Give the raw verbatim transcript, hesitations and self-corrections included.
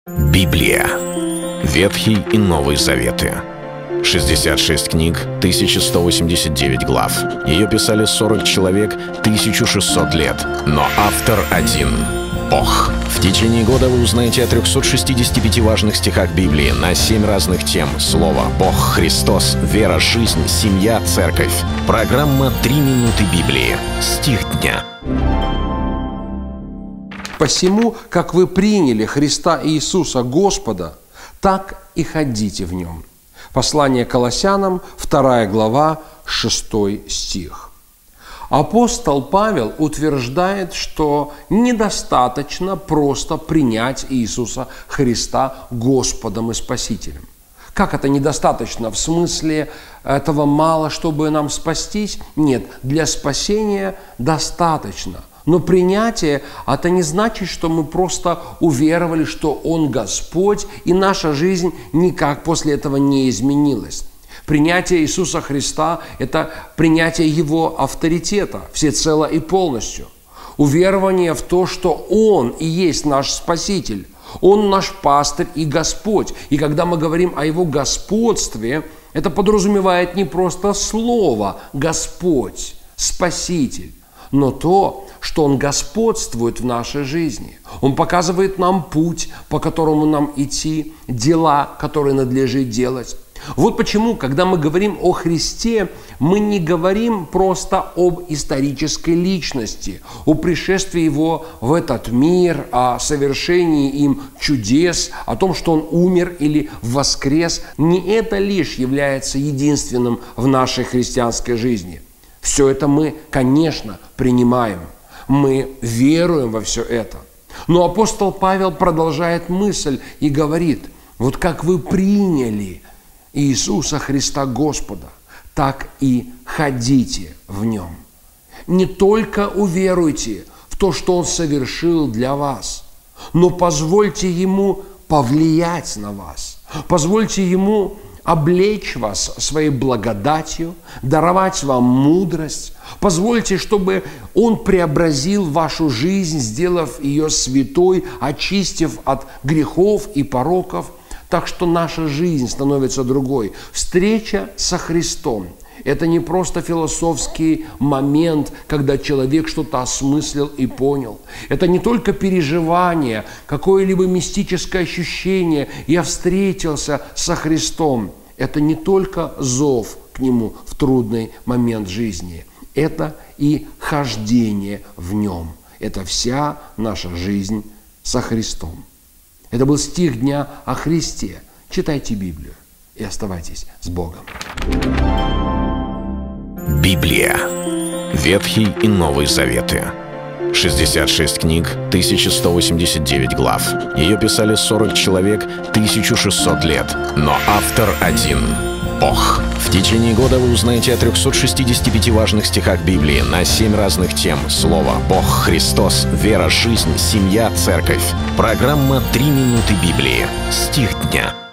Библия. Ветхий и Новый Заветы. шестьдесят шесть книг, тысяча сто восемьдесят девять глав. Ее писали сорок человек, тысяча шестьсот лет. Но автор один — Бог. В течение года вы узнаете о трёхстах шестидесяти пяти важных стихах Библии на семь разных тем. Слово, Бог, Христос, вера, жизнь, семья, церковь. Программа «Три минуты Библии». Стих дня. «Посему, как вы приняли Христа Иисуса Господа, так и ходите в Нем». Послание Колоссянам, вторая глава, шестой стих. Апостол Павел утверждает, что недостаточно просто принять Иисуса Христа Господом и Спасителем. Как это недостаточно? В смысле, этого мало, чтобы нам спастись? Нет, для спасения достаточно. Но принятие – это не значит, что мы просто уверовали, что Он Господь, и наша жизнь никак после этого не изменилась. Принятие Иисуса Христа – это принятие Его авторитета всецело и полностью. Уверование в то, что Он и есть наш Спаситель. Он наш пастырь и Господь. И когда мы говорим о Его господстве, это подразумевает не просто слово «Господь», «Спаситель», но то, что Он господствует в нашей жизни. Он показывает нам путь, по которому нам идти, дела, которые надлежит делать. Вот почему, когда мы говорим о Христе, мы не говорим просто об исторической личности, о пришествии Его в этот мир, о совершении им чудес, о том, что Он умер или воскрес. Не это лишь является единственным в нашей христианской жизни. Все это мы, конечно, принимаем. Мы веруем во все это. Но апостол Павел продолжает мысль и говорит: вот как вы приняли Иисуса Христа Господа, так и ходите в Нем. Не только уверуйте в то, что Он совершил для вас, но позвольте Ему повлиять на вас. Позвольте Ему облечь вас своей благодатью, даровать вам мудрость. Позвольте, чтобы Он преобразил вашу жизнь, сделав ее святой, очистив от грехов и пороков, так что наша жизнь становится другой. Встреча со Христом – это не просто философский момент, когда человек что-то осмыслил и понял. Это не только переживание, какое-либо мистическое ощущение «я встретился со Христом». Это не только зов к Нему в трудный момент жизни. Это и хождение в Нем. Это вся наша жизнь со Христом. Это был стих дня о Христе. Читайте Библию и оставайтесь с Богом. Библия. Ветхий и Новый Заветы. шестьдесят шесть книг, тысяча сто восемьдесят девять глав. Ее писали сорок человек, тысяча шестьсот лет. Но автор один — Бог. В течение года вы узнаете о трёхстах шестидесяти пяти важных стихах Библии на семь разных тем. Слово, Бог, Христос, вера, жизнь, семья, церковь. Программа «Три минуты Библии». Стих дня.